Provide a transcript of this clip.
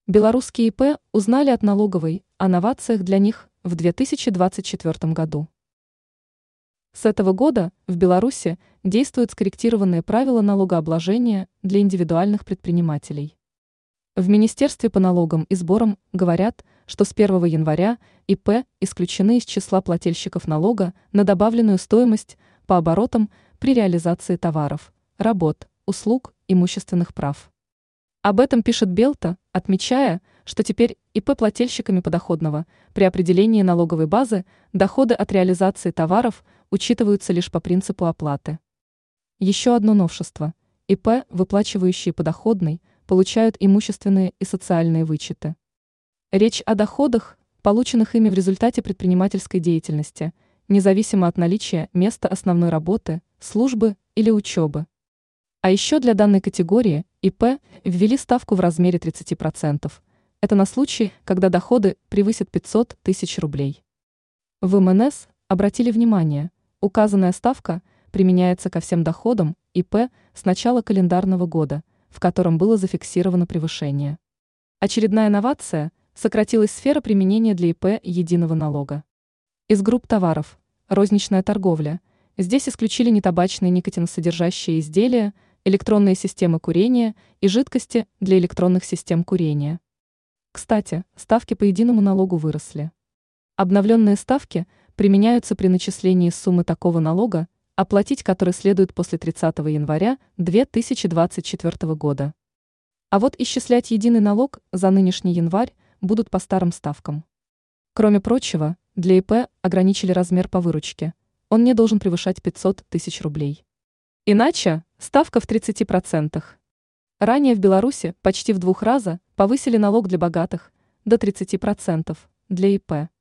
Белорусские ИП узнали от налоговой о новациях для них в 2024 году. С этого года в Беларуси действуют скорректированные правила налогообложения для индивидуальных предпринимателей. В Министерстве по налогам и сборам говорят, что с 1 января ИП исключены из числа плательщиков налога на добавленную стоимость по оборотам при реализации товаров, работ, услуг, имущественных прав. Об этом пишет Белта, отмечая, что теперь ИП плательщиками подоходного при определении налоговой базы доходы от реализации товаров учитываются лишь по принципу оплаты. Еще одно новшество. ИП, выплачивающие подоходный, получают имущественные и социальные вычеты. Речь о доходах, полученных ими в результате предпринимательской деятельности, независимо от наличия места основной работы, службы или учебы. А еще для данной категории ИП ввели ставку в размере 30%. Это на случай, когда доходы превысят 500 тысяч рублей. В МНС обратили внимание, указанная ставка применяется ко всем доходам ИП с начала календарного года, в котором было зафиксировано превышение. Очередная новация – сократилась сфера применения для ИП единого налога. Из групп товаров – розничная торговля. Здесь исключили нетабачные никотиносодержащие изделия, электронные системы курения и жидкости для электронных систем курения. Кстати, ставки по единому налогу выросли. Обновленные ставки применяются при начислении суммы такого налога, оплатить который следует после 30 января 2024 года. А вот исчислять единый налог за нынешний январь будут по старым ставкам. Кроме прочего, для ИП ограничили размер по выручке. Он не должен превышать 500 тысяч рублей. Иначе ставка в 30%. Ранее в Беларуси почти в 2 раза повысили налог для богатых до 30% для ИП.